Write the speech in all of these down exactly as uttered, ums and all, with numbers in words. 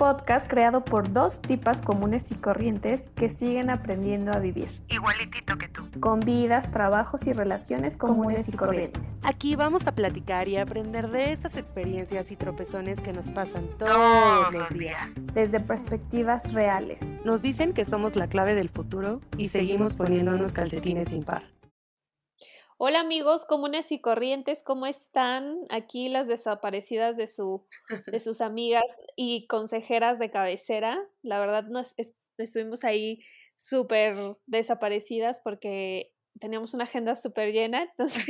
podcast creado por dos tipas comunes y corrientes que siguen aprendiendo a vivir. Igualitito que tú. Con vidas, trabajos y relaciones comunes y corrientes. Aquí vamos a platicar y aprender de esas experiencias y tropezones que nos pasan todos, Todos los los días. Desde perspectivas reales. Nos dicen que somos la clave del futuro y seguimos poniéndonos calcetines sin par. Hola amigos comunes y corrientes, ¿cómo están? Aquí las desaparecidas de, su, de sus amigas y consejeras de cabecera. La verdad nos est- estuvimos ahí súper desaparecidas porque teníamos una agenda súper llena, entonces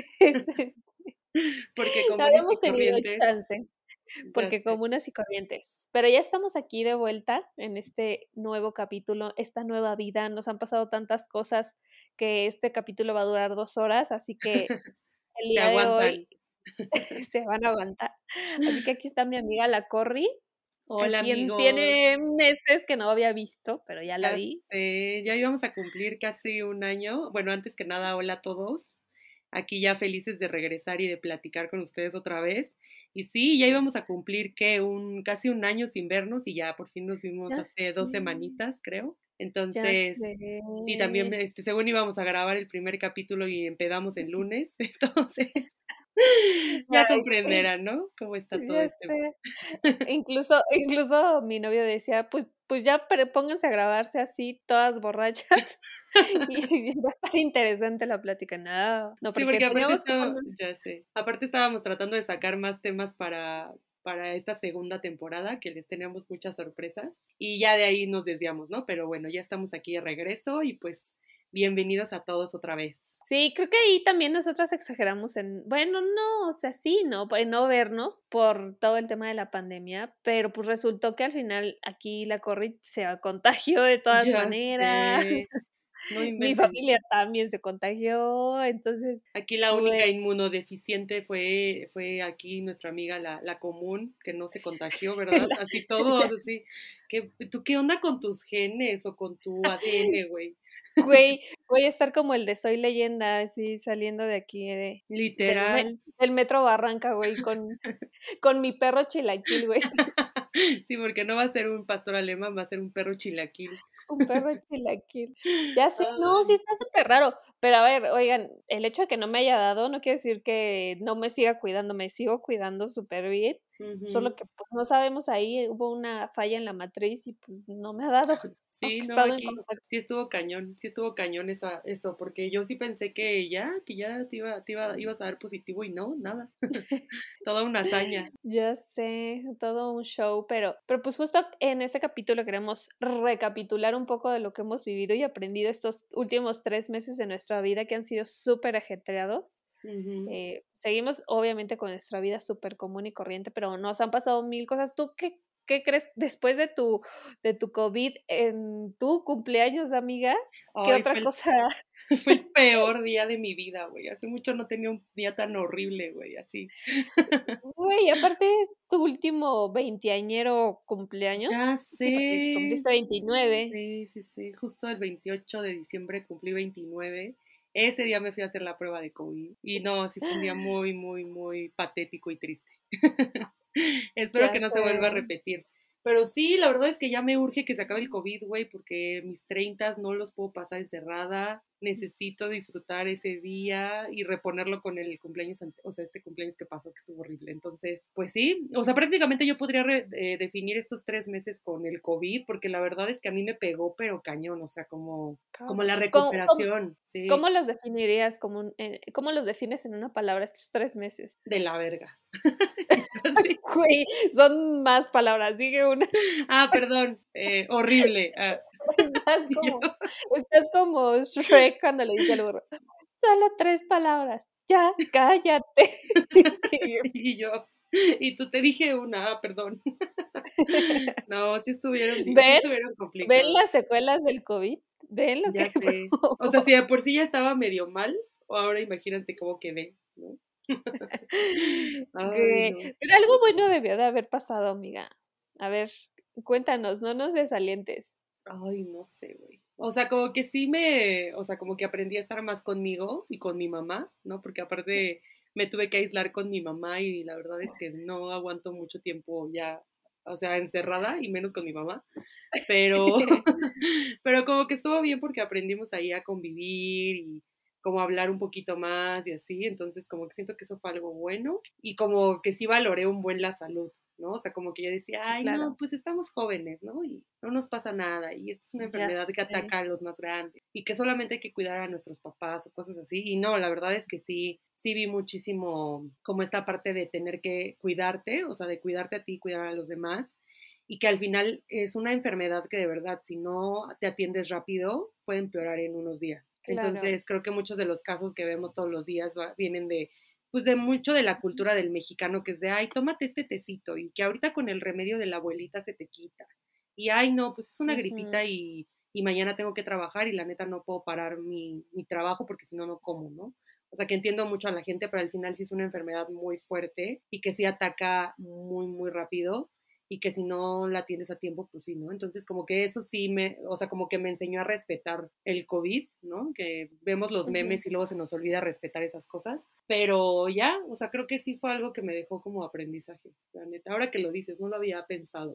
Porque no comunes y habíamos tenido corrientes, chance. ya Porque sé. comunes y corrientes. Pero ya estamos aquí de vuelta en este nuevo capítulo, esta nueva vida. Nos han pasado tantas cosas que este capítulo va a durar dos horas, así que el Se día de hoy aguantan. se van a aguantar. Así que aquí está mi amiga la Corri, a Hola, quien amigos. tiene meses que no había visto, pero ya la Ya vi. sé, ya íbamos a cumplir casi un año. Bueno, antes que nada, hola a todos. Aquí ya felices de regresar y de platicar con ustedes otra vez. Y sí, ya íbamos a cumplir que un casi un año sin vernos y ya por fin nos vimos Ya hace dos sé, semanitas, creo. ya Entonces, y también sé. este, según íbamos a grabar el primer capítulo y empedamos el lunes, entonces ya Ay, sí, comprenderán, ¿no? Cómo está todo ya este. sé. Incluso, incluso mi novio decía, pues, pues ya pero pónganse a grabarse así, todas borrachas, y, y va a estar interesante la plática. No, no, Sí, porque porque aparte teníamos que estaba, poner. ya sé, aparte estábamos tratando de sacar más temas para, para esta segunda temporada, que les teníamos muchas sorpresas, y ya de ahí nos desviamos, ¿no? Pero bueno, ya estamos aquí de regreso y pues bienvenidos a todos otra vez. Sí, creo que ahí también nosotras exageramos en, bueno, no, o sea, sí, ¿no? En no vernos por todo el tema de la pandemia, pero pues resultó que al final aquí la Corri se contagió de todas Ya maneras. sé, no Mi inventen. familia también se contagió, entonces, Aquí la pues, única inmunodeficiente fue, fue aquí nuestra amiga la, la común, que no se contagió, ¿verdad? la- Así la- todos, así. ¿Qué, ¿tú qué onda con tus genes o con tu A D N, güey? güey, voy a estar como el de Soy Leyenda, así saliendo de aquí de, del, me- Literal. del metro Barranca, güey, con, con mi perro chilaquil, güey. Sí, porque no va a ser un pastor alemán, va a ser un perro chilaquil. Un perro chilaquil. Ya sé, no, sí Ay, está súper raro. Pero a ver, oigan, el hecho de que no me haya dado no quiere decir que no me siga cuidando, me sigo cuidando súper bien. Solo ujú. que pues no sabemos ahí, hubo una falla en la matriz y pues no me ha dado. Sí, Aunque he no, estado en aquí contacto. sí estuvo cañón, sí estuvo cañón esa, eso, porque yo sí pensé que ya, que ya te iba, te iba, ibas a dar positivo y no, nada. Toda una hazaña. Ya sé, todo un show, pero, pero pues justo en este capítulo queremos recapitular un poco de lo que hemos vivido y aprendido estos últimos tres meses de nuestra vida que han sido súper ajetreados. Ujú. Eh, seguimos obviamente con nuestra vida súper común y corriente, pero nos han pasado mil cosas. ¿Tú qué, qué crees después de tu, de tu COVID en tu cumpleaños, amiga? ¿Qué Ay, fue otra el, cosa? fue el peor día de mi vida, güey. Hace mucho no tenía un día tan horrible, güey, así. Güey, aparte es tu último veinteañero Ya cumpleaños. Sí, porque sé, cumpliste veintinueve. sí, sí, sí, justo el veintiocho de diciembre cumplí veintinueve. Ese día me fui a hacer la prueba de COVID y no, sí fue un día muy, muy, muy patético y triste. Espero Ya que no se sé. vuelva a repetir. Pero sí, la verdad es que ya me urge que se acabe el COVID, güey, porque mis treintas no los puedo pasar encerrada. Necesito disfrutar ese día y reponerlo con el cumpleaños, ante- o sea, este cumpleaños que pasó, que estuvo horrible. Entonces, pues sí, o sea, prácticamente yo podría re- eh, definir estos tres meses con el COVID, porque la verdad es que a mí me pegó, pero cañón, o sea, como, como Cabrón. la ¿Cómo, cómo, recuperación, sí, cómo los definirías como un- eh, cómo los defines en una palabra estos tres meses? de la verga. Sí. Güey, son más palabras, dije una. Ah, perdón, eh, horrible. Ah, Estás y yo, como, estás como Shrek cuando le dice al burro, solo tres palabras, ya, cállate. Y yo, y yo, y tú te dije una, ah, perdón. No, sí estuvieron, di- sí ¿Ven? estuvieron ¿Ven complicados, las secuelas del COVID? ¿Ven lo que ya sé. O sea, si provocó? de por sí ya estaba medio mal, o ahora imagínense cómo quedé, ¿no? Ay, Que- no. Pero algo bueno debió de haber pasado, amiga. A ver, cuéntanos, no nos desalientes. Ay, no sé, güey. O sea, como que sí me, o sea, como que aprendí a estar más conmigo y con mi mamá, ¿no? Porque aparte me tuve que aislar con mi mamá y la verdad es que no aguanto mucho tiempo ya o sea, encerrada y menos con mi mamá, pero, pero como que estuvo bien porque aprendimos ahí a convivir y como hablar un poquito más y así, entonces como que siento que eso fue algo bueno y como que sí valoré un buen la salud, ¿no? O sea, como que yo decía, Sí, ay, no, claro. pues estamos jóvenes, ¿no? Y no nos pasa nada y esta es una Ya enfermedad que sé. ataca a los más grandes y que solamente hay que cuidar a nuestros papás o cosas así. Y no, la verdad es que sí, sí vi muchísimo como esta parte de tener que cuidarte, o sea, de cuidarte a ti, cuidar a los demás y que al final es una enfermedad que de verdad, si no te atiendes rápido, puede empeorar en unos días. Claro. Entonces, creo que muchos de los casos que vemos todos los días va- vienen de, pues de mucho de la cultura del mexicano, que es de, ay, tómate este tecito y que ahorita con el remedio de la abuelita se te quita. Y, ay, no, pues es una Ujú. gripita y, y mañana tengo que trabajar y la neta no puedo parar mi, mi trabajo porque si no, no como, ¿no? O sea, que entiendo mucho a la gente, pero al final sí es una enfermedad muy fuerte y que sí ataca muy, muy rápido y que si no la atiendes a tiempo, pues sí, ¿no? Entonces, como que eso sí me, o sea, como que me enseñó a respetar el COVID, ¿no? Que vemos los Ujú. memes y luego se nos olvida respetar esas cosas, pero ya, o sea, creo que sí fue algo que me dejó como aprendizaje, la neta. Ahora que lo dices, no lo había pensado.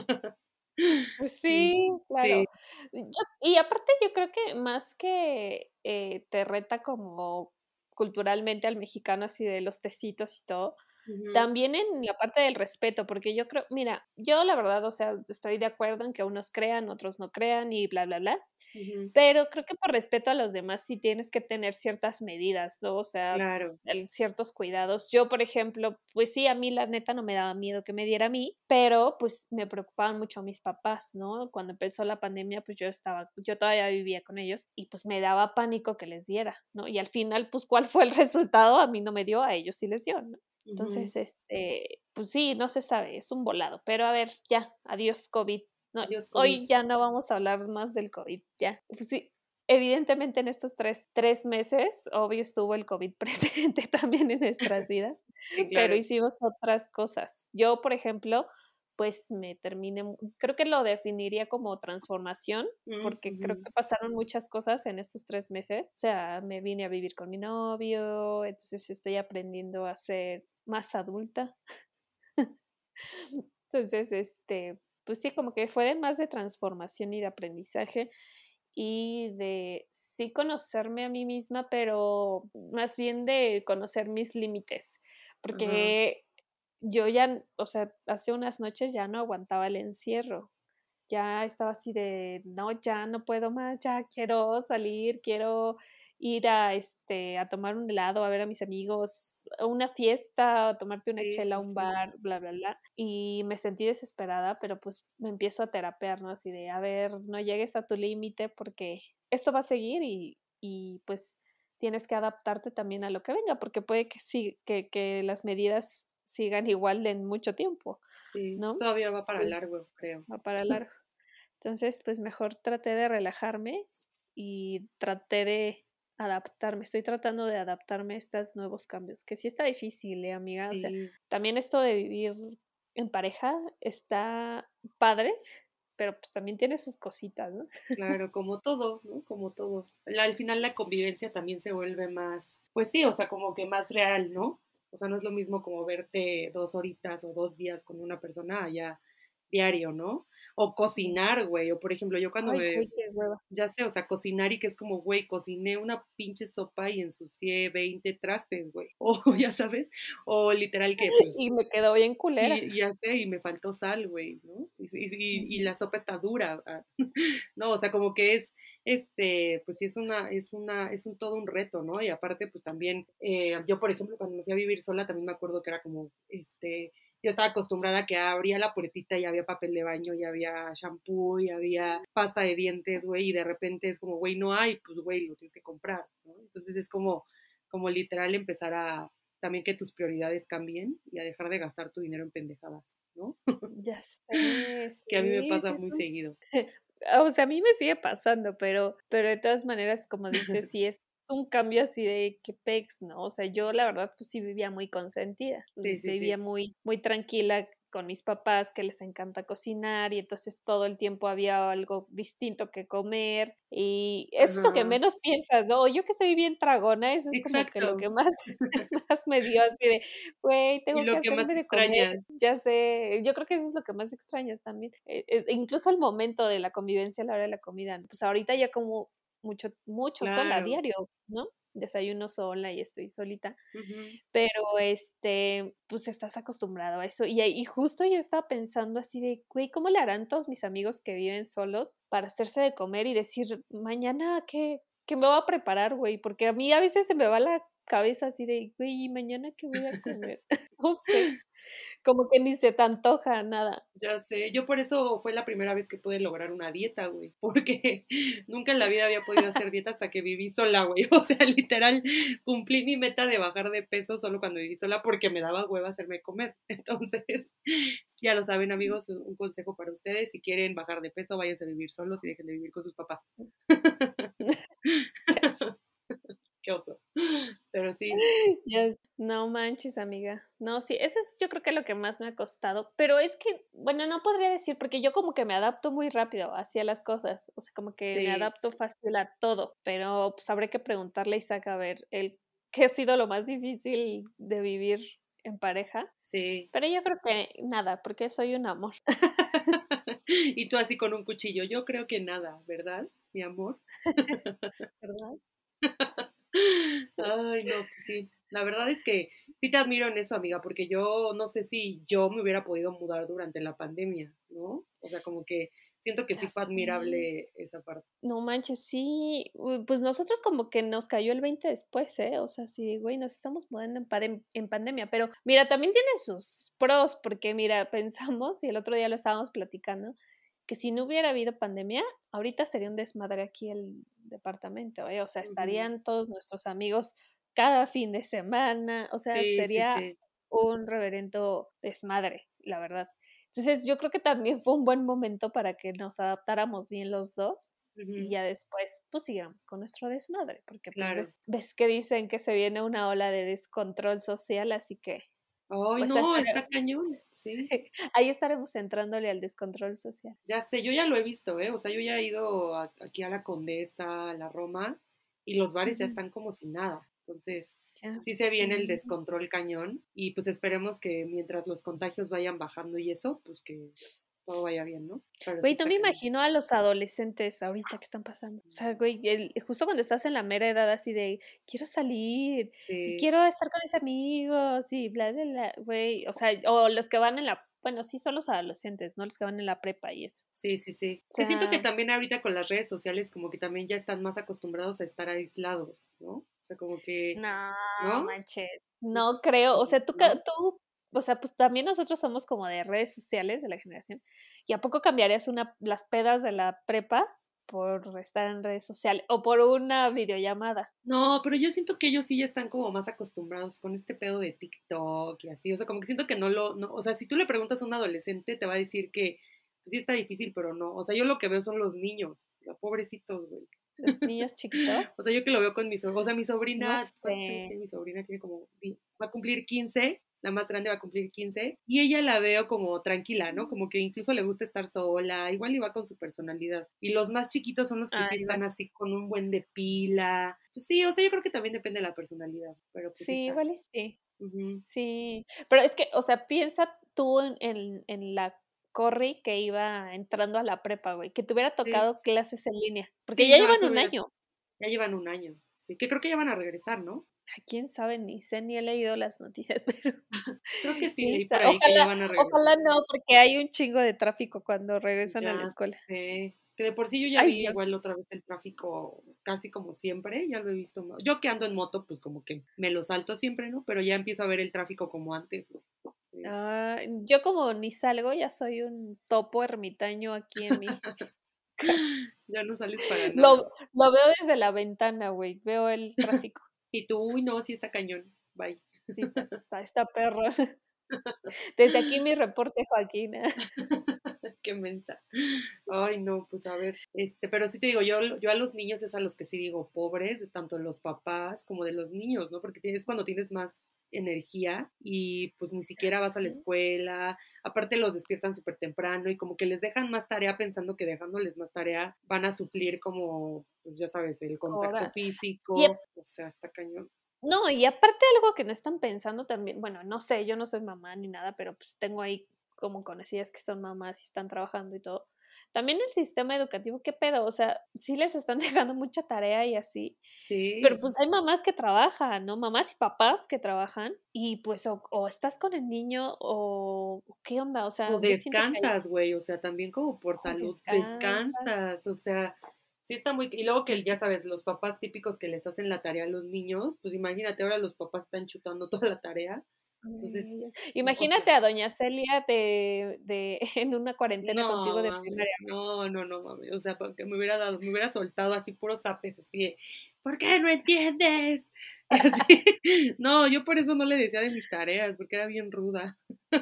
Pues Sí, sí, sí, claro. Yo y aparte yo creo que más que, eh, te reta como culturalmente al mexicano, así de los tecitos y todo, ujú, también en la parte del respeto, porque yo creo mira, yo la verdad, o sea, estoy de acuerdo en que unos crean, otros no crean y bla, bla, bla, ujú, pero creo que por respeto a los demás sí tienes que tener ciertas medidas, ¿no? O sea, claro, el ciertos cuidados. Yo, por ejemplo, pues sí, a mí la neta no me daba miedo que me diera a mí, pero pues me preocupaban mucho mis papás, ¿no? Cuando empezó la pandemia, pues yo estaba, yo todavía vivía con ellos y pues me daba pánico que les diera, ¿no? Y al final, pues, ¿cuál fue el resultado? A mí no me dio, a ellos sí les dio, ¿no? ujú. Entonces, este, pues sí, no se sabe, es un volado, pero a ver, ya, adiós COVID. No, Adiós, COVID. hoy ya no vamos a hablar más del COVID, ya. Pues sí, evidentemente en estos tres tres meses, obvio estuvo el COVID presente también en nuestras vidas, Sí, pero claro. hicimos otras cosas. Yo, por ejemplo, pues me terminé, mu- creo que lo definiría como transformación, Mm, porque ujú. creo que pasaron muchas cosas en estos tres meses. O sea, me vine a vivir con mi novio, entonces estoy aprendiendo a ser más adulta. Entonces, este, pues sí, como que fue de más de transformación y de aprendizaje y de sí conocerme a mí misma, pero más bien de conocer mis límites, Ajá. porque yo ya, n- o sea, hace unas noches ya no aguantaba el encierro. Ya estaba así de, no, ya no puedo más, ya quiero salir, quiero ir a, este, a tomar un helado, a ver a mis amigos, a una fiesta, a tomarte una Sí, chela a sí, un sí. bar, bla, bla, bla. Y me sentí desesperada, pero pues me empiezo a terapear, ¿no? Así de, a ver, no llegues a tu límite porque esto va a seguir y, y pues tienes que adaptarte también a lo que venga, porque puede que sí, que, que las medidas sigan igual en mucho tiempo, Sí, ¿no? todavía va para Pues largo, creo. va para largo. Entonces, pues mejor traté de relajarme y traté de adaptarme. Estoy tratando de adaptarme a estos nuevos cambios, que sí está difícil, ¿eh, amiga? O sea, Sí, también esto de vivir en pareja está padre, pero pues también tiene sus cositas, ¿no? claro, como todo, ¿no? Como todo. La- al final la convivencia también se vuelve más, pues sí, o sea, como que más real, ¿no? O sea, no es lo mismo como verte dos horitas o dos días con una persona allá diario, ¿no? O Sí. cocinar, güey. O por ejemplo, yo cuando Ay, me, güey, qué hueva. ya sé, o sea, cocinar y que es como, güey, cociné una pinche sopa y ensucié veinte trastes, güey. O ya sabes, o literal que pues Y me quedó bien culera. y ya sé, y me faltó sal, güey, ¿no? Y, y, y Ujú. la sopa está dura, ah, ¿no? O sea, como que es, este, pues sí es una, es una, es un todo un reto, ¿no? Y aparte, pues también, eh, yo, por ejemplo, cuando me fui a vivir sola, también me acuerdo que era como, este, yo estaba acostumbrada a que abría la puertita y había papel de baño, y había shampoo, y había pasta de dientes, güey, y de repente es como, güey, no hay, pues, güey, lo tienes que comprar, ¿no? Entonces es como, como literal empezar a también que tus prioridades cambien y a dejar de gastar tu dinero en pendejadas, ¿no? Ya sé, Que a mí me sí, pasa sí, es muy un seguido. o sea, a mí me sigue pasando, pero pero de todas maneras, como dices, sí es un cambio así de que pex, ¿no? O sea, yo la verdad, pues sí vivía muy consentida, Sí, sí, vivía sí. muy muy tranquila con mis papás que les encanta cocinar y entonces todo el tiempo había algo distinto que comer y eso es lo que Ajá. menos piensas, ¿no? Yo que soy bien tragona, eso es como que lo que Exacto. más, más me dio así de, güey, Y tengo que lo que más hacerme de comer, extrañas. ya sé, yo creo que eso es lo que más extrañas también. Eh, eh, incluso el momento de la convivencia a la hora de la comida, ¿no? Pues ahorita ya como mucho, mucho sola, Claro. diario, ¿no? Desayuno sola y estoy solita. Ujú. Pero, este, pues, estás acostumbrado a eso. Y ahí y justo yo estaba pensando así de: "Güey, ¿cómo le harán todos mis amigos que viven solos para hacerse de comer y decir: "Mañana, ¿qué qué me voy a preparar, güey?"" Porque a mí a veces se me va la cabeza así de: "Güey, ¿y mañana qué voy a comer?" No sé, como que ni se te antoja nada. Ya sé, yo por eso fue la primera vez que pude lograr una dieta, güey, porque nunca en la vida había podido hacer dieta hasta que viví sola, güey. O sea, literal, cumplí mi meta de bajar de peso solo cuando viví sola porque me daba hueva hacerme comer. Entonces, ya lo saben, amigos, un un consejo para ustedes, si quieren bajar de peso, váyanse a vivir solos y dejen de vivir con sus papás. Ya sé. Qué oso. Pero sí, Ya, no manches, amiga. No, sí, eso es yo creo que lo que más me ha costado, pero es que, bueno, no podría decir, porque yo como que me adapto muy rápido hacia las cosas, o sea, como que me sí, adapto fácil a todo, pero pues habré que preguntarle a Isaac a ver el qué ha sido lo más difícil de vivir en pareja, sí. pero yo creo que nada, porque soy un amor, Y tú así con un cuchillo, yo creo que nada, ¿verdad, mi amor? ¿verdad? Ay, no, pues sí. La verdad es que sí te admiro en eso, amiga, porque yo no sé si yo me hubiera podido mudar durante la pandemia, ¿no? O sea, como que siento que Ya sí fue sé. admirable esa parte. No manches, sí, uy, pues nosotros como que nos cayó el veinte después, ¿eh? O sea, sí, güey, nos estamos mudando en padem en pandemia, pero mira, también tiene sus pros, porque mira, pensamos, y el otro día lo estábamos platicando, que si no hubiera habido pandemia, ahorita sería un desmadre aquí el departamento, ¿eh? O sea, Ujú. estarían todos nuestros amigos cada fin de semana, o sea, Sí, sí, sería sí. un reverendo desmadre, la verdad. Entonces, yo creo que también fue un buen momento para que nos adaptáramos bien los dos y Ujú. ya después, pues, siguiéramos con nuestro desmadre, porque, pues, Claro. ves ves que dicen que se viene una ola de descontrol social, así que, Ay, pues, no, estaré está cañón. Sí. ahí estaremos entrándole al descontrol social. Ya sé, yo ya lo he visto, ¿eh? O sea, yo ya he ido a- aquí a la Condesa, a la Roma, y los bares ya Ujú. están como si nada. Entonces, Ya, sí se viene el sí. descontrol cañón, y pues esperemos que mientras los contagios vayan bajando y eso, pues que todo vaya bien, ¿no? Pero sí Güey, no está me cañón. imagino a los adolescentes ahorita que están pasando. O sea, güey, el justo cuando estás en la mera edad así de: "Quiero salir, y Sí, quiero estar con mis amigos", y bla, bla, bla, güey, o sea, o los que van en la bueno, sí son los adolescentes, ¿no? Los que van en la prepa y eso. sí, sí, sí. O Que siento que sea, también ahorita con las redes sociales como que también ya están más acostumbrados a estar aislados, ¿no? O sea, como que, no ¿no? manches, no creo, o Sí, sea, tú ca ¿no? tú, o sea, pues también nosotros somos como de redes sociales de la generación, ¿y a poco cambiarías una las pedas de la prepa por estar en redes sociales o por una videollamada? No, pero yo siento que ellos sí ya están como más acostumbrados con este pedo de TikTok y así, o sea, como que siento que no lo, no, o sea, si tú le preguntas a un adolescente te va a decir que pues sí está difícil, pero no, o sea, yo lo que veo son los niños, o sea, pobrecitos, güey. ¿Los niños chiquitos? O sea, yo que lo veo con mi sobrina, o sea, mi No sobrina, ¿cuántos años sé. tiene mi sobrina? Tiene como, di- va a cumplir quince, la más grande va a cumplir quince, y ella la veo como tranquila, ¿no? Como que incluso le gusta estar sola, igual y va con su personalidad. Y los más chiquitos son los que Ah, sí igual. están así con un buen de pila. Pues sí, o sea, yo creo que también depende de la personalidad, pero pues sí Sí, está. igual y sí. Ujú. Sí, pero es que, o sea, piensa tú en en en la Corry que iba entrando a la prepa, güey, que te hubiera Sí, tocado clases en línea, porque sí, ya no, llevan eso un hubiera, año. ya llevan un año, sí, que creo que ya van a regresar, ¿no? Ay, quién sabe, ni sé, ni he leído las noticias, pero Creo que sí, quién leí por sabe. ahí que ya Ojalá van a regresar. ojalá no, porque hay un chingo de tráfico cuando regresan a la Ya escuela. sé. Que de por sí yo ya Ay, vi Dios. igual otra vez el tráfico casi como siempre, ya lo he visto. ma- Yo que ando en moto, pues como que me lo salto siempre, ¿no? Pero ya empiezo a ver el tráfico como antes, güey. Sí. Ah, yo como ni salgo, ya soy un topo ermitaño aquí en mi casa. Ya no sales para nada. Lo lo veo desde la ventana, güey, veo el tráfico. Y tú, uy, no, sí está cañón. Bye. Sí, está está está perro. Desde aquí mi reporte, Joaquín. Qué mensa. Ay, no, pues a ver, este, pero sí te digo, yo, yo a los niños es a los que sí digo pobres, de tanto de los papás como de los niños, ¿no? Porque tienes cuando tienes más energía y pues ni siquiera vas a la Sí. escuela, aparte los despiertan súper temprano y como que les dejan más tarea pensando que dejándoles más tarea van a suplir como, pues ya sabes, el contacto Ahora, y físico, o sea, está cañón. no, y aparte algo que no están pensando también, bueno, no sé, yo no soy mamá ni nada, pero pues tengo ahí como conocidas que son mamás y están trabajando y todo. También el sistema educativo, ¿qué pedo? O sea, sí les están dejando mucha tarea y así, pero Sí, pues hay mamás que trabajan, ¿no? Mamás y papás que trabajan y pues o, o estás con el niño o o qué onda, o o sea, yo siento que hay descansas, güey, o sea, también como por o salud, descansas. descansas, o sea, sí está muy... Y luego que ya sabes, los papás típicos que les hacen la tarea a los niños, pues imagínate, ahora los papás están chutando toda la tarea, entonces, Ay, o sea, imagínate a doña Celia de de en una cuarentena no contigo de primaria. mames, no, no, no mames, o sea, porque me hubiera dado, me hubiera soltado así puros zapes, así de, ¿por qué no entiendes? Y así, no, yo por eso no le decía de mis tareas, porque era bien ruda.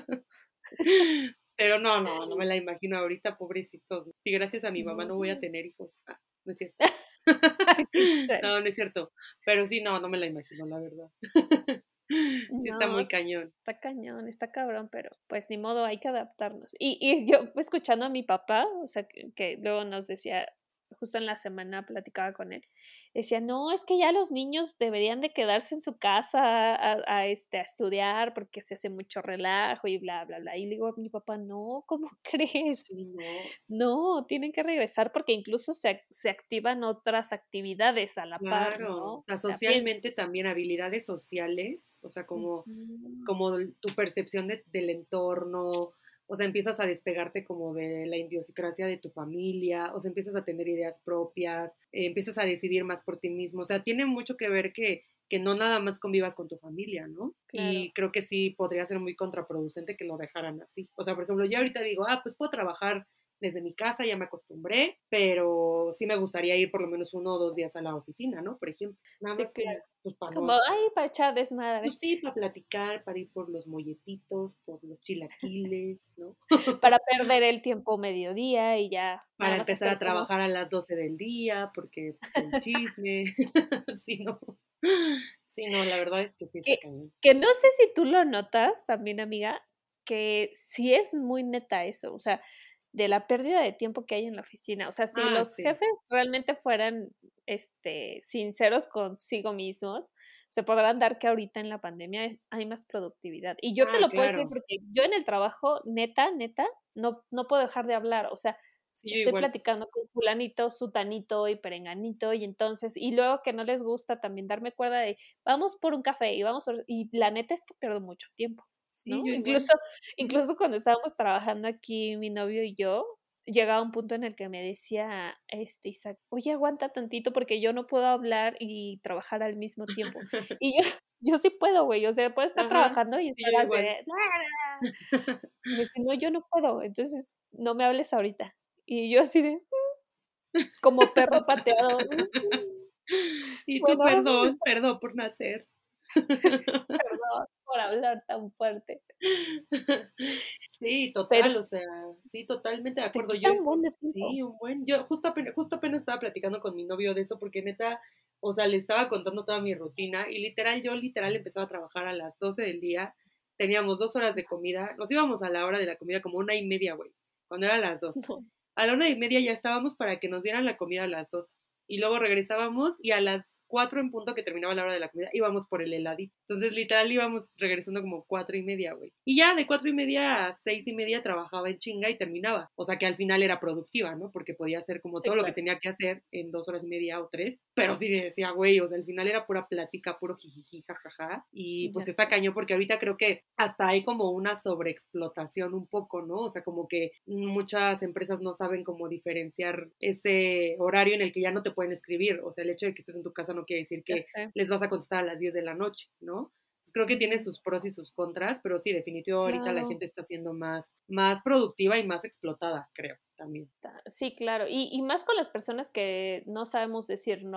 Pero no, no, no me la imagino ahorita, pobrecitos. Sí, gracias a mi mamá No. no voy a tener hijos. Ah, no es cierto. Qué chévere. No, no es cierto. Pero sí, no, no me la imagino, la verdad. Sí está No, muy cañón. está cañón, está cabrón, pero pues ni modo, hay que adaptarnos. Y y yo escuchando a mi papá, o sea, que que luego nos decía, justo en la semana platicaba con él, decía: "No, es que ya los niños deberían de quedarse en su casa a a, este, a estudiar porque se hace mucho relajo y bla, bla, bla". Y le digo a mi papá: "No, ¿cómo crees? Sí, no, No, tienen que regresar porque incluso se ac se activan otras actividades a la par, claro. ¿no?". O sea, O sea, piensa. socialmente también habilidades sociales, o sea, como Ujú, como el- tu percepción de- del entorno, o sea, empiezas a despegarte como de la idiosincrasia de tu familia, o sea, empiezas a tener ideas propias, eh, empiezas a decidir más por ti mismo, o sea, tiene mucho que ver que, que no nada más convivas con tu familia, ¿no? claro. Y creo que sí podría ser muy contraproducente que lo dejaran así. O sea, por ejemplo, yo ahorita digo, ah, pues puedo trabajar desde mi casa, ya me acostumbré, pero sí me gustaría ir por lo menos uno o dos días a la oficina, ¿no? Por ejemplo, nada Sí, más claro. como, pues para Como, no. ay, para echar Pues desmadre, sí, para platicar, para ir por los molletitos, por los chilaquiles, ¿no? para perder el tiempo mediodía y ya nada Para más empezar a hacer como trabajar a las doce del día, porque pues el chisme. Sí, no. Sí, no, la verdad es que sí está que cañón. que no sé si tú lo notas también, amiga, que sí es muy neta eso, o sea, de la pérdida de tiempo que hay en la oficina. O sea, si Ah, los sí. jefes realmente fueran, este, sinceros consigo mismos, se podrán dar que ahorita en la pandemia es hay más productividad. Y yo te Ah, lo puedo decir claro. porque yo en el trabajo, neta, neta, no no puedo dejar de hablar. O sea, Sí, yo estoy igual. platicando con fulanito, sutanito y perenganito, y entonces y luego que no les gusta también darme cuerda de vamos por un café y vamos por y la neta es que pierdo mucho tiempo, Sí, ¿no? yo igual. Incluso Ujú. incluso cuando estábamos trabajando aquí mi novio y yo, llegaba un punto en el que me decía, este, Isaac: "Oye, aguanta tantito porque yo no puedo hablar y trabajar al mismo tiempo". Y yo yo sí puedo, güey, o sea, puedo estar Ajá. trabajando y Sí, estar yo así igual. de y me dice: "No, yo no puedo, entonces no me hables ahorita". Y yo así de como perro pateado. Y tú, Bueno, perdón, perdón por nacer. perdón por hablar tan fuerte, Sí, pero total, o sea, sí, totalmente de te acuerdo. quita Yo, un buen de tiempo. sí, un buen, yo justo apenas, justo apenas estaba platicando con mi novio de eso, porque neta, o sea, le estaba contando toda mi rutina y literal, yo literal empezaba a trabajar a las doce del día, teníamos dos horas de comida, nos íbamos a la hora de la comida como una y media, güey, cuando eran las dos. No, A la una y media ya estábamos para que nos dieran la comida a las dos. Y luego regresábamos y a las cuatro en punto que terminaba la hora de la comida íbamos por el heladito. Entonces literal íbamos regresando como cuatro y media, güey. Y ya de cuatro y media a seis y media trabajaba en chinga y terminaba. O sea que al final era productiva, ¿no? Porque podía hacer como sí, todo lo que claro. tenía que hacer en dos horas y media o tres. Pero sí decía, güey, o sea, al final era pura plática, puro jijiji, jajaja. Y Ya pues está sé. cañón porque ahorita creo que hasta hay como una sobreexplotación un poco, ¿no? O sea, como que muchas empresas no saben cómo diferenciar ese horario en el que ya no te pueden escribir. O sea, el hecho de que estés en tu casa no quiere decir Ya que sé. les vas a contestar a las diez de la noche, ¿no? Pues creo que tiene Ujú. sus pros y sus contras, pero sí, definitivo ahorita la Claro. gente está siendo más, más productiva y más explotada, creo, también. Ta sí, claro. Y y más con las personas que no sabemos decir no.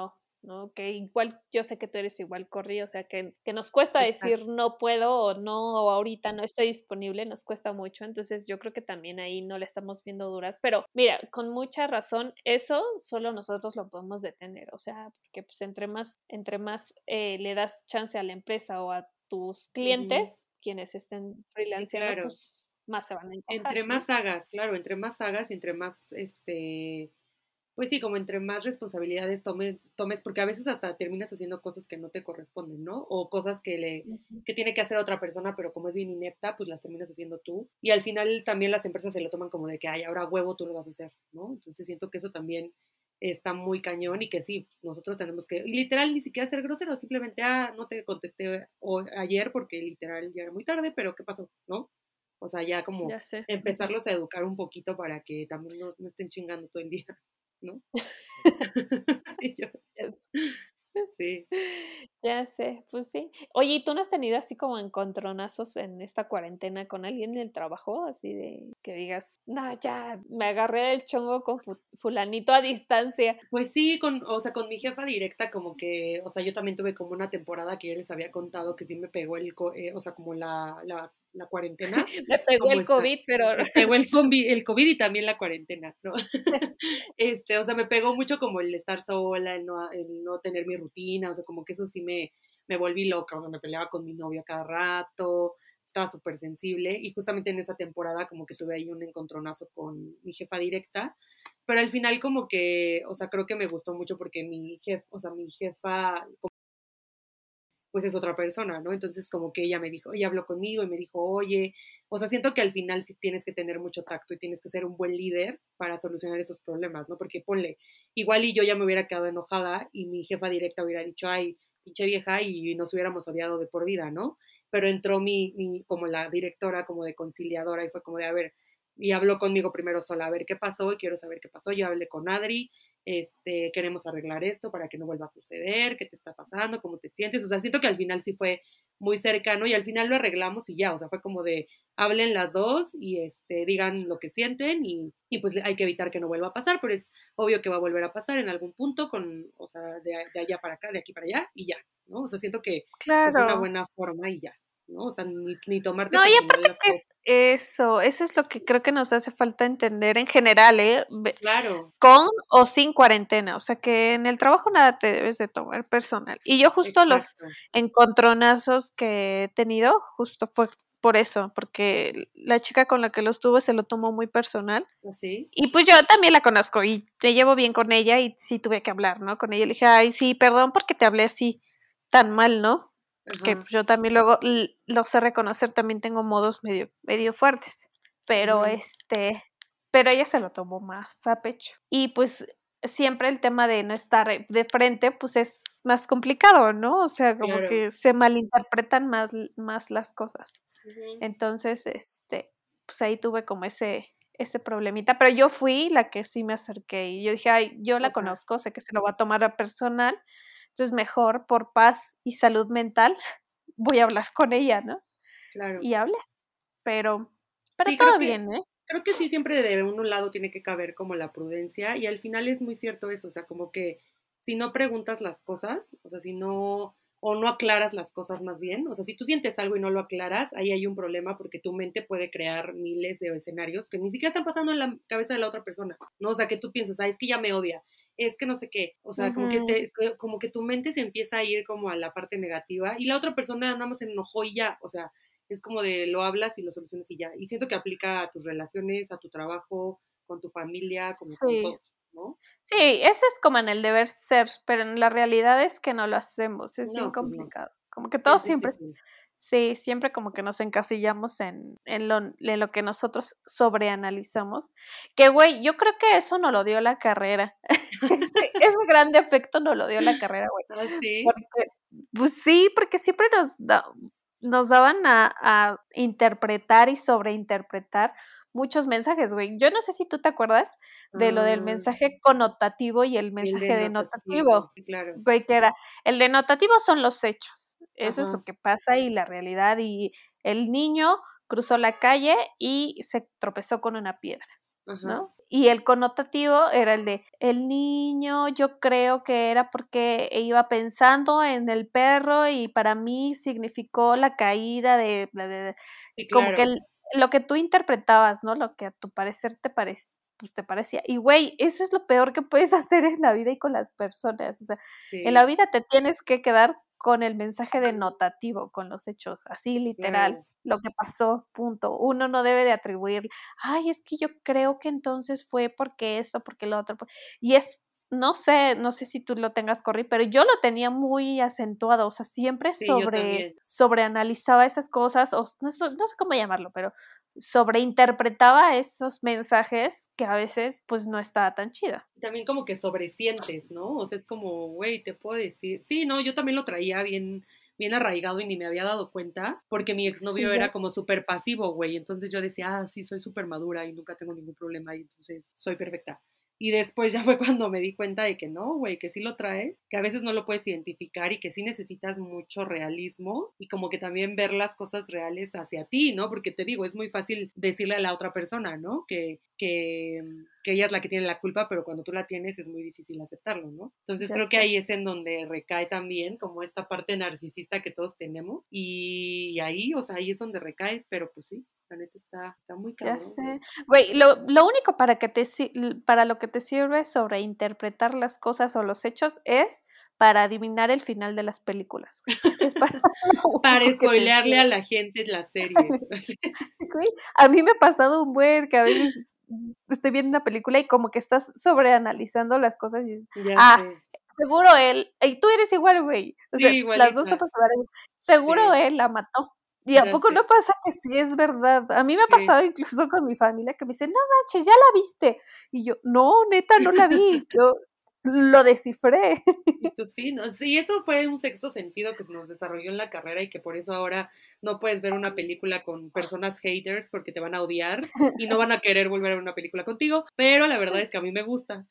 ¿no? Que igual yo sé que tú eres igual, Corri, o sea, que, que nos cuesta Exacto. decir no puedo o no, o ahorita no estoy disponible, nos cuesta mucho, entonces yo creo que también ahí no le estamos viendo duras, pero mira, con mucha razón, eso solo nosotros lo podemos detener, o sea, porque pues entre más, entre más eh, le das chance a la empresa o a tus clientes, Ujú. quienes estén Sí, freelanceando, claro. pues más se van a enojar, Entre ¿no? más hagas, claro, entre más hagas y entre más, este, pues sí, como entre más responsabilidades tomes, tomes, porque a veces hasta terminas haciendo cosas que no te corresponden, ¿no? O cosas que le, Ujú. que tiene que hacer otra persona, pero como es bien inepta, pues las terminas haciendo tú. Y al final también las empresas se lo toman como de que, ay, ahora huevo tú lo vas a hacer, ¿no? Entonces siento que eso también está muy cañón y que sí, nosotros tenemos que, y literal ni siquiera ser grosero, simplemente, ah, no te contesté hoy- ayer porque literal ya era muy tarde, pero ¿qué pasó? ¿No? O sea, ya como Ya sé. Ujú. empezarlos a educar un poquito para que también no, no estén chingando todo el día, ¿no? Y yo, Ya sé. sí. Ya sé, pues sí. Oye, ¿y tú no has tenido así como encontronazos en esta cuarentena con alguien del trabajo? Así de que digas, no, ya me agarré del chongo con fu- fulanito a distancia. Pues sí, con, o sea, con mi jefa directa, como que, o sea, yo también tuve como una temporada que ya les había contado que sí me pegó el, co- eh, o sea, como la, la, la cuarentena, Me pegó como el esta, COVID, pero me pegó el COVID, el COVID y también la cuarentena, ¿no? Este, o sea, me pegó mucho como el estar sola, el no, el no tener mi rutina, o sea, como que eso sí me, me volví loca, o sea, me peleaba con mi novio a cada rato, estaba súper sensible y justamente en esa temporada como que tuve ahí un encontronazo con mi jefa directa, pero al final como que, o sea, creo que me gustó mucho porque mi jefa, o sea, mi jefa pues es otra persona, ¿no? Entonces como que ella me dijo, ella habló conmigo y me dijo, oye, o sea, siento que al final sí tienes que tener mucho tacto y tienes que ser un buen líder para solucionar esos problemas, ¿no? Porque ponle, igual y yo ya me hubiera quedado enojada y mi jefa directa hubiera dicho, ay, pinche vieja, y nos hubiéramos odiado de por vida, ¿no? Pero entró mi, mi, como la directora, como de conciliadora, y fue como de, a ver, y habló conmigo primero sola, a ver qué pasó, y quiero saber qué pasó. Yo hablé con Adri, este, queremos arreglar esto para que no vuelva a suceder, qué te está pasando, cómo te sientes, o sea, siento que al final sí fue muy cercano y al final lo arreglamos y ya, o sea, fue como de hablen las dos y este, digan lo que sienten y, y pues hay que evitar que no vuelva a pasar, pero es obvio que va a volver a pasar en algún punto con, o sea, de, de allá para acá, de aquí para allá y ya, ¿no? O sea, siento que, que fue una Claro. buena forma y ya, ¿no? O sea, ni, ni tomarte No, y personal aparte las que cosas. es eso, eso es lo que creo que nos hace falta entender en general, ¿eh? Ve- Claro, Con o sin cuarentena, o sea que en el trabajo nada te debes de tomar personal. Y yo justo los exacto, encontronazos que he tenido, justo fue por eso, porque la chica con la que los tuve se lo tomó muy personal. así, Y pues yo también la conozco y me llevo bien con ella y sí tuve que hablar, ¿no? Con ella le dije, ay, sí, perdón porque te hablé así tan mal, ¿no? Porque ajá, pues, yo también luego l- lo sé reconocer, también tengo modos medio, medio fuertes, pero ujú, este, pero ella se lo tomó más a pecho. Y pues siempre el tema de no estar de frente, pues es más complicado, ¿no? O sea, como claro, que se malinterpretan más, más las cosas. ujú, Entonces, este, pues ahí tuve como ese, ese problemita, pero yo fui la que sí me acerqué y yo dije, ay, yo o la sea, conozco, sé que se lo va a tomar a personal, entonces mejor por paz y salud mental voy a hablar con ella, ¿no? claro. Y hablé, pero, pero Sí, creo todo que, bien, ¿eh? creo que sí, siempre de un lado tiene que caber como la prudencia y al final es muy cierto eso, o sea, como que si no preguntas las cosas, o sea, si no, o no aclaras las cosas más bien, o sea, si tú sientes algo y no lo aclaras, ahí hay un problema porque tu mente puede crear miles de escenarios que ni siquiera están pasando en la cabeza de la otra persona, ¿no? O sea, que tú piensas, ah, es que ya me odia, es que no sé qué, o sea, como que Ujú. te, como que tu mente se empieza a ir como a la parte negativa y la otra persona nada más se enojó y ya, o sea, es como de lo hablas y lo solucionas y ya. Y siento que aplica a tus relaciones, a tu trabajo, con tu familia, como con Sí, todos, ¿no? sí, eso es como en el deber ser, pero en la realidad es que no lo hacemos, es bien No, pues no. complicado. Como que Sí todos es siempre, difícil. sí, siempre como que nos encasillamos en, en lo, en lo que nosotros sobreanalizamos. Que, güey, yo creo que eso no lo dio la carrera. Ese, ese gran defecto no lo dio la carrera, güey. Ah, sí. Porque, pues sí, porque siempre nos, da- nos daban a, a interpretar y sobreinterpretar muchos mensajes, güey. Yo no sé si tú te acuerdas de lo del Ah, mensaje connotativo y el y el mensaje denotativo, denotativo, sí, claro. güey, que era, el denotativo son los hechos, eso es Ajá, lo que pasa y la realidad, y el niño cruzó la calle y se tropezó con una piedra. Ajá. ¿no? Y el connotativo era el de, el niño yo creo que era porque iba pensando en el perro y para mí significó la caída de, de, de Sí, como que claro. el, lo que tú interpretabas, ¿no? Lo que a tu parecer te parecía. Pues te parecía. Y güey, eso es lo peor que puedes hacer en la vida y con las personas. O sea, en la Sí, vida te tienes que quedar con el mensaje denotativo, con los hechos, así literal, claro. lo que pasó, punto. Uno no debe de atribuir, ay, es que yo creo que entonces fue porque esto, porque lo otro. por-". Y es, no sé, no sé si tú lo tengas, Corri, pero yo lo tenía muy acentuado, o sea, siempre Sí, yo sobre, también. sobreanalizaba esas cosas, o no, sé- no sé cómo llamarlo, pero sobreinterpretaba esos mensajes que a veces pues no estaba tan chida. También como que sobresientes, ¿no? O sea, es como, güey, te puedo decir. Sí, no, yo también lo traía bien, bien arraigado y ni me había dado cuenta, porque mi Sí, exnovio ya era sé. como súper pasivo, güey. Entonces yo decía, ah, sí, soy súper madura y nunca tengo ningún problema y entonces soy perfecta. Y después ya fue cuando me di cuenta de que no, güey, que sí lo traes, que a veces no lo puedes identificar y que sí necesitas mucho realismo y como que también ver las cosas reales hacia ti, ¿no? Porque te digo, es muy fácil decirle a la otra persona, ¿no? Que, que, que ella es la que tiene la culpa, pero cuando tú la tienes es muy difícil aceptarlo, ¿no? Entonces Ya creo que sé. ahí es en donde recae también como esta parte narcisista que todos tenemos y ahí, o sea, ahí es donde recae, pero pues sí, la neta está, está muy Ya cabrón, sé. güey. Güey, lo, lo único para que te si- para lo que te sirve sobre interpretar las cosas o los hechos es para adivinar el final de las películas, güey. Es para lo Para único que te spoilearle a sirve. la gente las series. Así. Güey, a mí me ha pasado un buen que a veces estoy viendo una película y como que estás sobreanalizando las cosas y dices, Ya ah, sé. seguro él, y tú eres igual, güey. O sea, Sí, las dos igualita. somos iguales. Seguro Sí, él la mató. ¿Y a ya poco no sé. pasa que sí es verdad? A mí me ha Sí. pasado incluso con mi familia que me dicen, no manches, ya la viste. Y yo, no, neta, no la vi. Yo lo descifré. Y tú sí, ¿no? Sí, eso fue un sexto sentido que se nos desarrolló en la carrera y que por eso ahora no puedes ver una película con personas haters porque te van a odiar y no van a querer volver a ver una película contigo, pero la verdad es que a mí me gusta.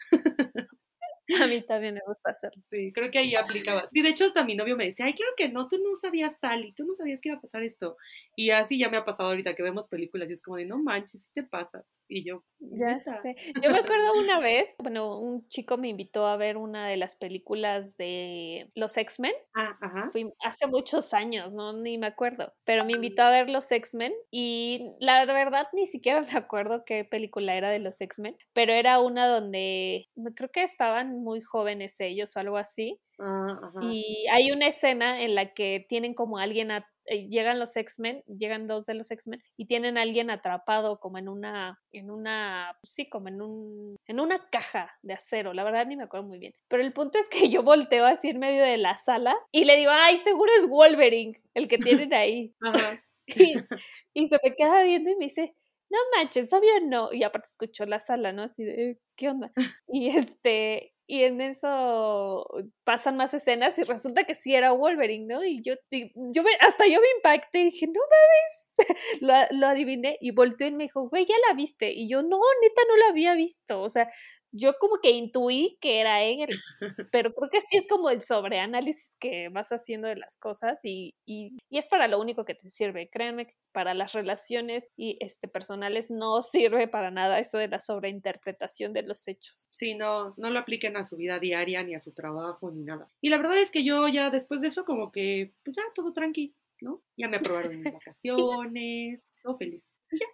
A mí también me gusta hacerlo. Sí, creo que ahí aplicaba. Sí, de hecho hasta mi novio me decía, ay, claro que no, tú no sabías tal y tú no sabías que iba a pasar esto. Y así ya me ha pasado ahorita que vemos películas y es como de, no manches, sí te pasas. Y yo, Ya neta. sé. Yo me acuerdo una vez, bueno, un chico me invitó a ver una de las películas de los X-Men. Ah, ajá. Fui hace muchos años, no ni me acuerdo, pero me invitó a ver los X-Men y la verdad ni siquiera me acuerdo qué película era de los X-Men, pero era una donde no, creo que estaban muy jóvenes ellos o algo así. Ah, ajá. Y hay una escena en la que tienen como a alguien, a- eh, llegan los X-Men, llegan dos de los X-Men y tienen a alguien atrapado como en una, en una, pues sí, como en un, en una caja de acero, la verdad ni me acuerdo muy bien. Pero el punto es que yo volteo así en medio de la sala y le digo, ay, seguro es Wolverine el que tienen ahí. Ajá. Y, y se me queda viendo y me dice, no manches, obvio no. Y aparte escuchó la sala, ¿no? Así de, ¿qué onda? Y este, y en eso pasan más escenas y resulta que sí era Wolverine, ¿no? Y yo, y yo me, hasta yo me impacté y dije, no mames, lo, lo adiviné y volteó y me dijo, güey, ya la viste. Y yo, no, neta, no la había visto. O sea, yo como que intuí que era él, pero creo que sí es como el sobreanálisis que vas haciendo de las cosas y, y, y es para lo único que te sirve. Créanme que para las relaciones y este, personales no sirve para nada eso de la sobreinterpretación de los hechos. Sí, no, no lo apliquen a su vida diaria, ni a su trabajo, ni nada. Y la verdad es que yo ya después de eso como que, pues ya, todo tranqui, ¿no? Ya me aprobaron mis Y ya, vacaciones, todo feliz. Y ya.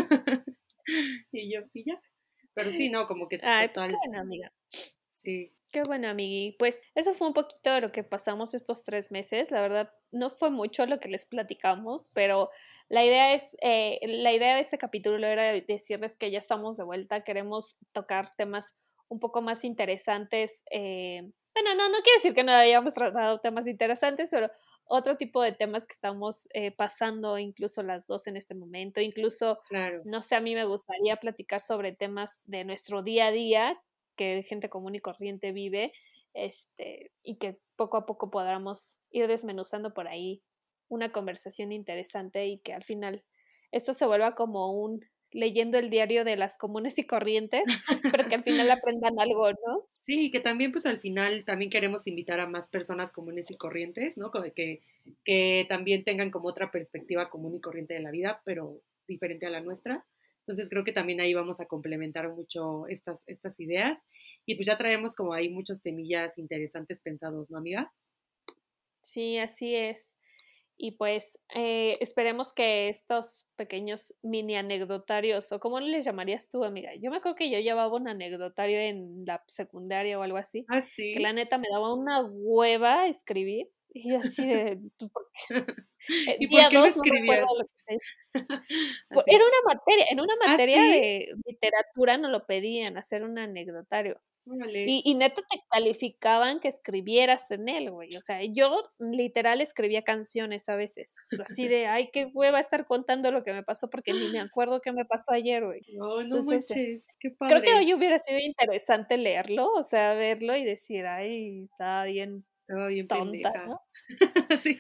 Y yo, y ya. Pero sí, no, como que ay, pues qué total, buena amiga. sí, Qué bueno, amigui. Pues eso fue un poquito de lo que pasamos estos tres meses. La verdad, no fue mucho lo que les platicamos, pero la idea es, eh, la idea de este capítulo era decirles que ya estamos de vuelta. Queremos tocar temas un poco más interesantes. eh, bueno, no, no quiere decir que no hayamos tratado temas interesantes, pero otro tipo de temas que estamos eh, pasando, incluso las dos en este momento. Incluso, claro. no sé, a mí me gustaría platicar sobre temas de nuestro día a día que gente común y corriente vive, este, y que poco a poco podamos ir desmenuzando por ahí una conversación interesante y que al final esto se vuelva como un leyendo el diario de las comunes y corrientes, pero que al final aprendan algo, ¿no? Sí, que también pues al final también queremos invitar a más personas comunes y corrientes, ¿no? Como que, que también tengan como otra perspectiva común y corriente de la vida, pero diferente a la nuestra. Entonces creo que también ahí vamos a complementar mucho estas, estas ideas y pues ya traemos como ahí muchos temillas interesantes pensados, ¿no, amiga? Sí, así es. Y pues eh, esperemos que estos pequeños mini anecdotarios, o ¿cómo les llamarías tú, amiga? Yo me acuerdo que yo llevaba un anecdotario en la secundaria o algo así, Ah, que la sí. neta me daba una hueva escribir. Y yo así de, pues, ¿por qué? Eh, ¿Y por día qué lo dos, no me acuerdo escribías? lo que sé. Po- Así. Era una materia, en una Ah, materia sí. de literatura nos lo pedían, hacer un anecdotario. Órale. Y, y neta te calificaban que escribieras en él, güey. O sea, yo literal escribía canciones a veces. Así de, ay, qué hueva estar contando lo que me pasó porque ni me acuerdo qué me pasó ayer, güey. No, no Entonces, este, manches, qué creo que padre. hoy hubiera sido interesante leerlo, o sea, verlo y decir, ay, estaba bien Estaba bien tonta, pendeja. ¿no? Sí.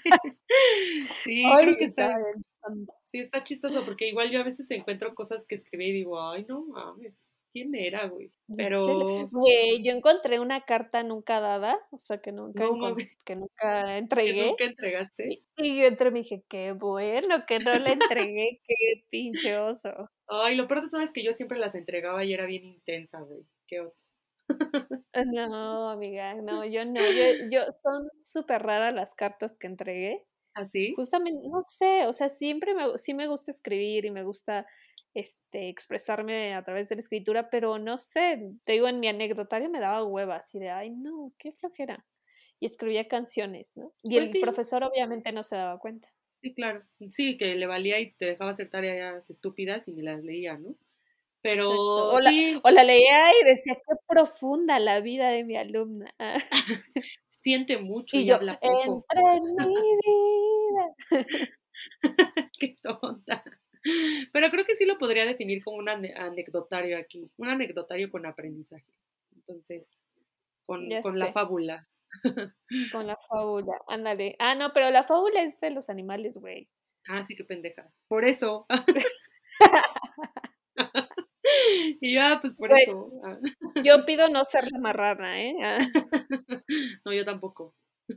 Sí, Ay, creo que está estaba bien. bien tonta. Sí, está chistoso porque igual yo a veces encuentro cosas que escribí y digo, ay, no mames, ¿quién era, güey? Chale. Pero Güey, yo encontré una carta nunca dada, o sea, que nunca no encon- mames, que nunca que entregué. nunca entregaste. Y, y yo entré y me dije, qué bueno que no la entregué, qué pinche oso. Ay, lo peor de todo es que yo siempre las entregaba y era bien intensa, güey. Qué oso. Ah, no, amiga, no, yo no, yo, yo son súper raras las cartas que entregué. ¿Así? Justamente, no sé, o sea, siempre me, gu- sí me gusta escribir y me gusta este, expresarme a través de la escritura, pero no sé, te digo, en mi anecdotario me daba hueva, así de, ay, no, qué flojera. Y escribía canciones, ¿no? Y Pues el sí, profesor obviamente no se daba cuenta. sí, claro. Sí, que le valía y te dejaba hacer tareas estúpidas y ni las leía, ¿no? Exacto. Pero O la, sí, o la leía y decía, qué profunda la vida de mi alumna. Ah, siente mucho y y yo, habla poco. entre en mi vida. Qué tonta. Pero creo que sí lo podría definir como un ane- anecdotario aquí, un anecdotario con aprendizaje. Entonces, con, Ya con la sé, fábula. con la fábula, ándale. Ah, no, pero la fábula es de los animales, güey. Ah, sí, qué pendeja. Por eso. Y yo, ah, pues por Güey, eso. Ah. yo pido no ser la marrana, ¿eh? Ah. No, yo tampoco.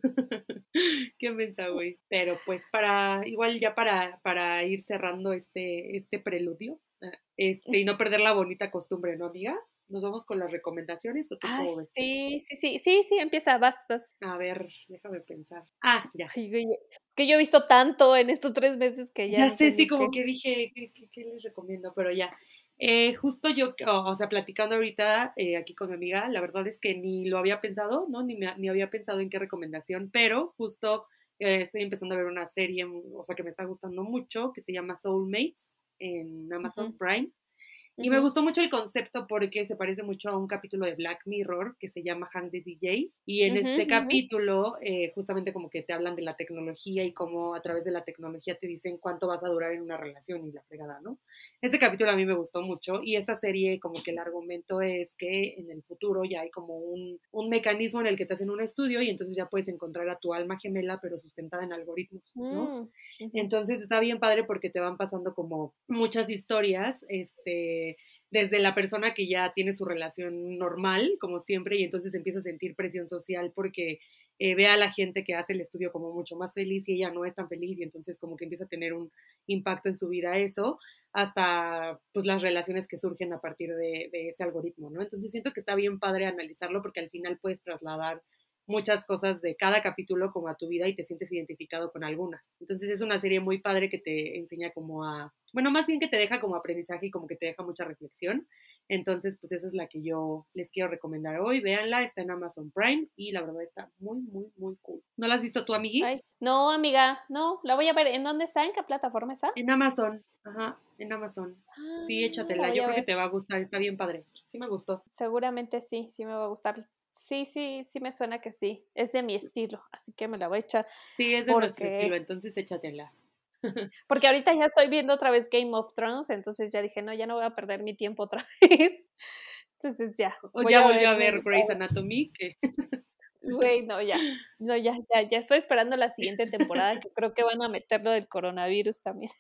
Qué mensa, güey. Pero pues para, igual ya para, para ir cerrando este, este preludio, ah, este, y no perder la bonita costumbre, ¿no, amiga? ¿Nos vamos con las recomendaciones o tú Ah, cómo ves? sí, sí, sí, sí, sí, empieza, vas, vas. A ver, déjame pensar. Ah, ya. Ay, güey, que yo he visto tanto en estos tres meses que ya Ya no sé sé, sí, ni qué. como que dije, ¿qué, qué- qué les recomiendo? Pero ya. Eh, justo yo, o, o sea, platicando ahorita eh, aquí con mi amiga, la verdad es que ni lo había pensado, ¿no? Ni, me, ni había pensado en qué recomendación, pero justo eh, estoy empezando a ver una serie, o sea, que me está gustando mucho, que se llama Soulmates en Amazon Ujú, Prime. Y me ujú, gustó mucho el concepto porque se parece mucho a un capítulo de Black Mirror que se llama Hang the D J. Y en ujú, este ujú. capítulo, eh, justamente como que te hablan de la tecnología y cómo a través de la tecnología te dicen cuánto vas a durar en una relación y la fregada, ¿no? Ese capítulo a mí me gustó mucho y esta serie como que el argumento es que en el futuro ya hay como un, un mecanismo en el que te hacen un estudio y entonces ya puedes encontrar a tu alma gemela pero sustentada en algoritmos, ¿no? Mm, ujú. Entonces está bien padre porque te van pasando como muchas historias, este, desde la persona que ya tiene su relación normal, como siempre, y entonces empieza a sentir presión social porque eh, ve a la gente que hace el estudio como mucho más feliz y ella no es tan feliz y entonces como que empieza a tener un impacto en su vida eso, hasta pues las relaciones que surgen a partir de, de ese algoritmo, ¿no? Entonces siento que está bien padre analizarlo porque al final puedes trasladar muchas cosas de cada capítulo como a tu vida y te sientes identificado con algunas. Entonces es una serie muy padre que te enseña como a, bueno, más bien que te deja como aprendizaje y como que te deja mucha reflexión. Entonces, pues esa es la que yo les quiero recomendar hoy. Véanla, está en Amazon Prime y la verdad está muy, muy, muy cool. ¿No la has visto tú, amigui? Ay, no, amiga, no, la voy a ver. ¿En dónde está? ¿En qué plataforma está? En Amazon, ajá, en Amazon. Sí, Ah, la échatela, voy yo a creo que ver. te va a gustar, está bien padre. Sí me gustó. Seguramente sí, sí me va a gustar. Sí, sí, sí me suena que sí. Es de mi estilo, así que me la voy a echar Sí, es de nuestro porque estilo, entonces échatela. porque ahorita ya estoy viendo otra vez Game of Thrones, entonces ya dije, no, ya no voy a perder mi tiempo otra vez. Entonces ya, O voy ya a volvió a verme, ver Grey's Anatomy, que güey, no, ya, no, ya, ya, ya estoy esperando la siguiente temporada, que creo que van a meter lo del coronavirus también.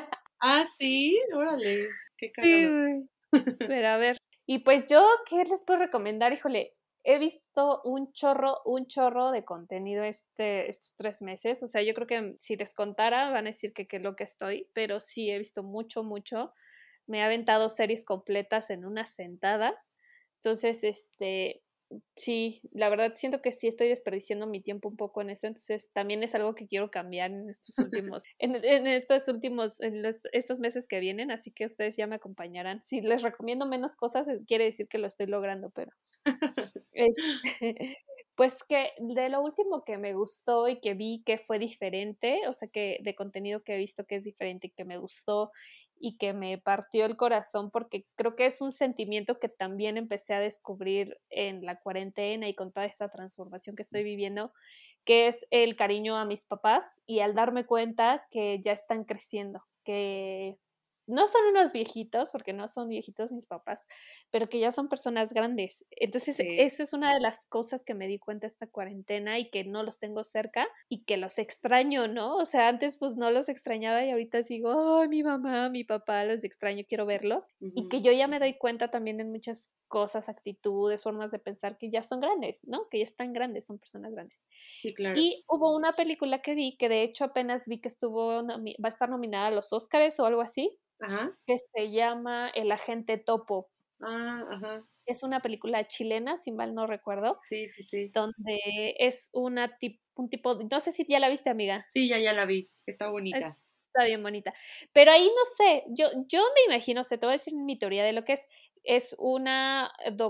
ah, sí, órale, qué Sí, cagado. güey. Pero a ver, y pues yo, ¿qué les puedo recomendar? Híjole, he visto un chorro, un chorro de contenido este, estos tres meses. O sea, yo creo que si les contara van a decir que qué es lo que estoy, pero sí he visto mucho, mucho. me he aventado series completas en una sentada. Entonces, este, sí, la verdad siento que sí estoy desperdiciando mi tiempo un poco en eso, entonces también es algo que quiero cambiar en estos últimos, en, en estos últimos, en los- estos meses que vienen, así que ustedes ya me acompañarán. Si les recomiendo menos cosas, eh, quiere decir que lo estoy logrando, pero este, pues que de lo último que me gustó y que vi que fue diferente, o sea, que de contenido que he visto que es diferente y que me gustó y que me partió el corazón, porque creo que es un sentimiento que también empecé a descubrir en la cuarentena y con toda esta transformación que estoy viviendo, que es el cariño a mis papás y al darme cuenta que ya están creciendo, que no son unos viejitos, porque no son viejitos mis papás, pero que ya son personas grandes. Entonces, Sí, eso es una de las cosas que me di cuenta esta cuarentena y que no los tengo cerca y que los extraño, ¿no? O sea, antes pues no los extrañaba y ahorita sigo, ay, mi mamá, mi papá, los extraño, quiero verlos. Y ujú, que yo ya me doy cuenta también en muchas cosas, actitudes, formas de pensar que ya son grandes, ¿no? Que ya están grandes, son personas grandes. sí, claro. Y hubo una película que vi, que de hecho apenas vi que estuvo, nomi- va a estar nominada a los Óscares o algo así, Ajá, que se llama El Agente Topo. ah, ajá, Es una película chilena, si mal no recuerdo, sí, sí, sí. donde es una tip un tipo no sé si ya la viste, amiga. Sí, ya, ya la vi, está bonita. Está bien bonita. Pero ahí no sé, yo yo me imagino, o sea, te voy a decir mi teoría de lo que es. Es una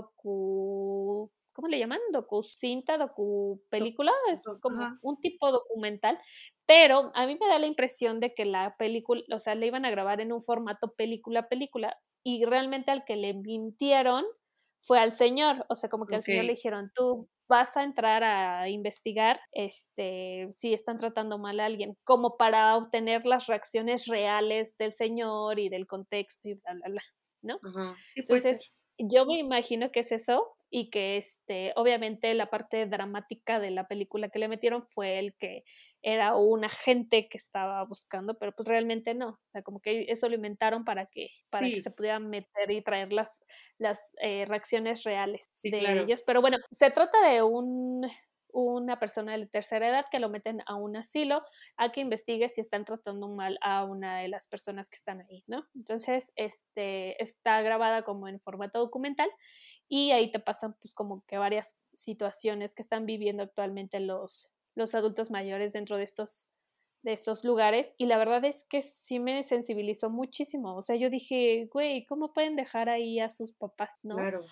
docu ¿cómo le llaman? Docucinta, To- docupelícula, es to- como Ajá, un tipo documental, pero a mí me da la impresión de que la película, o sea, la iban a grabar en un formato película, película, y realmente al que le mintieron fue al señor, o sea, como que al ok, señor le dijeron: "Tú vas a entrar a investigar, este, si están tratando mal a alguien", como para obtener las reacciones reales del señor y del contexto y bla, bla, bla, ¿no? ajá, sí puede ser. Entonces, yo me imagino que es eso y que, este, obviamente la parte dramática de la película que le metieron fue el que era un agente que estaba buscando, pero pues realmente no, o sea, como que eso lo inventaron para que para que se Sí, pudieran meter y traer las las, eh, reacciones reales sí, de claro. ellos. Pero bueno, se trata de un una persona de la tercera edad que lo meten a un asilo a que investigue si están tratando mal a una de las personas que están ahí, ¿no? Entonces, este, está grabada como en formato documental y ahí te pasan pues como que varias situaciones que están viviendo actualmente los, los adultos mayores dentro de estos, de estos lugares y la verdad es que sí me sensibilizó muchísimo, o sea, yo dije, güey, ¿cómo pueden dejar ahí a sus papás, no? Claro.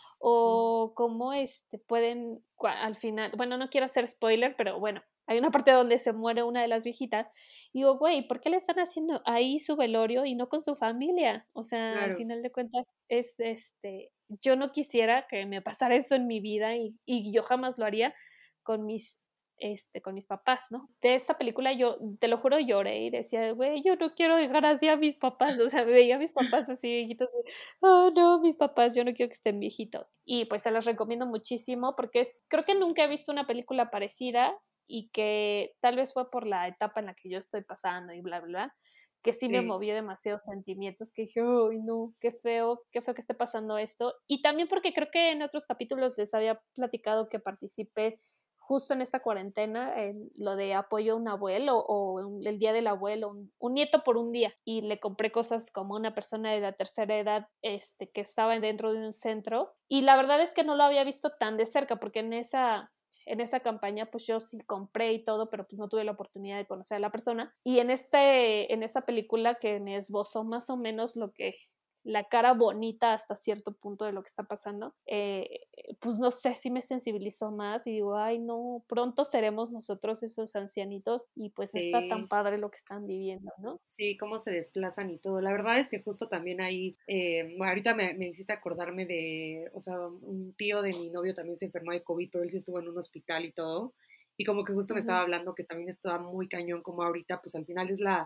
O cómo este, pueden, cua- al final, bueno, no quiero hacer spoiler, pero bueno, hay una parte donde se muere una de las viejitas y digo, güey, ¿por qué le están haciendo ahí su velorio y no con su familia? O sea, al Claro. final de cuentas es, este, yo no quisiera que me pasara eso en mi vida y, y yo jamás lo haría con mis, este, con mis papás, ¿no? De esta película yo, te lo juro, lloré y decía, güey, yo no quiero dejar así a mis papás, o sea, veía a mis papás así viejitos, de, oh no, mis papás, yo no quiero que estén viejitos. Y pues se los recomiendo muchísimo porque es, creo que nunca he visto una película parecida y que tal vez fue por la etapa en la que yo estoy pasando y bla, bla, bla, que sí me Sí, movió demasiados sentimientos, que dije, ay, no, qué feo, qué feo que esté pasando esto. Y también porque creo que en otros capítulos les había platicado que participé justo en esta cuarentena en lo de apoyo a un abuelo o un- el día del abuelo, un, un nieto por un día. Y le compré cosas como una persona de la tercera edad este, que estaba dentro de un centro. Y la verdad es que no lo había visto tan de cerca porque en esa en esa campaña pues yo sí compré y todo, pero pues no tuve la oportunidad de conocer a la persona. Y en, este, en esta película que me esbozó más o menos lo que la cara bonita hasta cierto punto de lo que está pasando, eh, pues no sé si me sensibilizó más y digo, ay no, pronto seremos nosotros esos ancianitos y pues no está tan sí. padre lo que están viviendo, ¿no? Sí, cómo se desplazan y todo. La verdad es que justo también ahí, eh, bueno, ahorita me, me hiciste acordarme de, o sea, un tío de mi novio también se enfermó de COVID, pero él sí estuvo en un hospital y todo. Y como que justo me estaba Ujú, hablando que también estaba muy cañón, como ahorita, pues al final es la,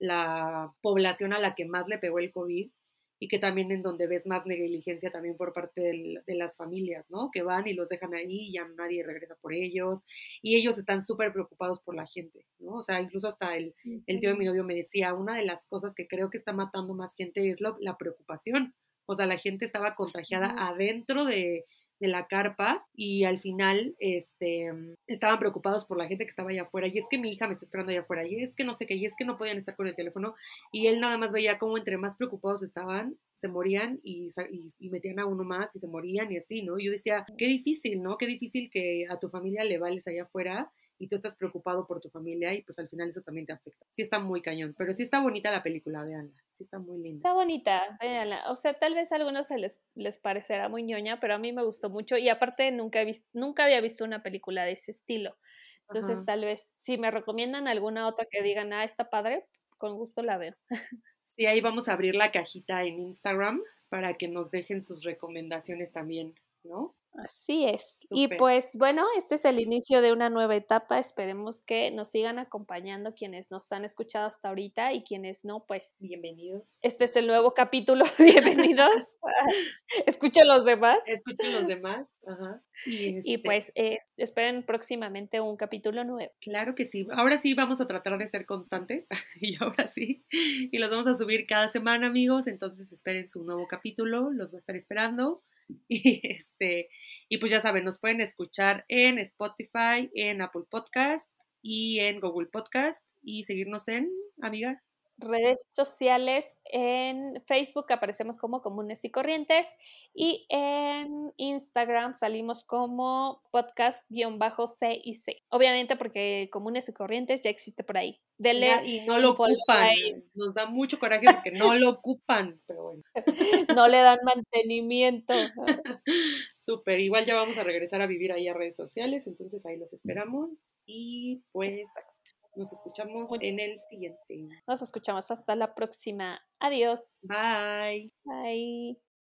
la población a la que más le pegó el COVID y que también en donde ves más negligencia también por parte del- de las familias, ¿no? Que van y los dejan ahí y ya nadie regresa por ellos y ellos están súper preocupados por la gente, ¿no? O sea, incluso hasta el el tío de mi ujú, novio me decía, una de las cosas que creo que está matando más gente es lo, la preocupación. O sea, la gente estaba contagiada ujú, adentro de, de la carpa y al final este, estaban preocupados por la gente que estaba allá afuera y es que mi hija me está esperando allá afuera y es que no sé qué, y es que no podían estar con el teléfono y él nada más veía cómo entre más preocupados estaban, se morían y, y, y metían a uno más y se morían y así, ¿no? Yo decía, qué difícil, ¿no? Qué difícil que a tu familia le vales allá afuera y tú estás preocupado por tu familia y pues al final eso también te afecta. Sí está muy cañón, pero sí está bonita la película, véanla, sí está muy linda. Está bonita, véanla. O sea, tal vez a algunos se les, les parecerá muy ñoña, pero a mí me gustó mucho y aparte nunca he visto, nunca había visto una película de ese estilo. Entonces, Ajá. tal vez, si me recomiendan alguna otra que digan, ah, está padre, con gusto la veo. Sí, ahí vamos a abrir la cajita en Instagram para que nos dejen sus recomendaciones también, ¿no? Así es. Y Súper. pues bueno, este es el inicio de una nueva etapa. Esperemos que nos sigan acompañando quienes nos han escuchado hasta ahorita y quienes no, pues Bienvenidos. este es el nuevo capítulo. Bienvenidos. Escuchen los demás. Escuchen los demás. Ajá. Y, este, Y pues eh, esperen próximamente un capítulo nuevo. Claro que sí. Ahora sí vamos a tratar de ser constantes. Y ahora sí. Y los vamos a subir cada semana, amigos. Entonces esperen su nuevo capítulo. Los va a estar esperando. Y este, y pues ya saben, nos pueden escuchar en Spotify, en Apple Podcast y en Google Podcast. Y seguirnos en, amiga. Redes sociales, en Facebook aparecemos como Comunes y Corrientes y en Instagram salimos como podcast-C y C. Obviamente porque Comunes y Corrientes ya existe por ahí. Dele Ya, y no lo ocupan. Nos da mucho coraje porque no lo ocupan, pero bueno. No le dan mantenimiento. Súper, igual ya vamos a regresar a vivir ahí a redes sociales, entonces ahí los esperamos y pues Exacto. nos escuchamos Muy- en el siguiente. Nos escuchamos hasta la próxima. Adiós. Bye. Bye.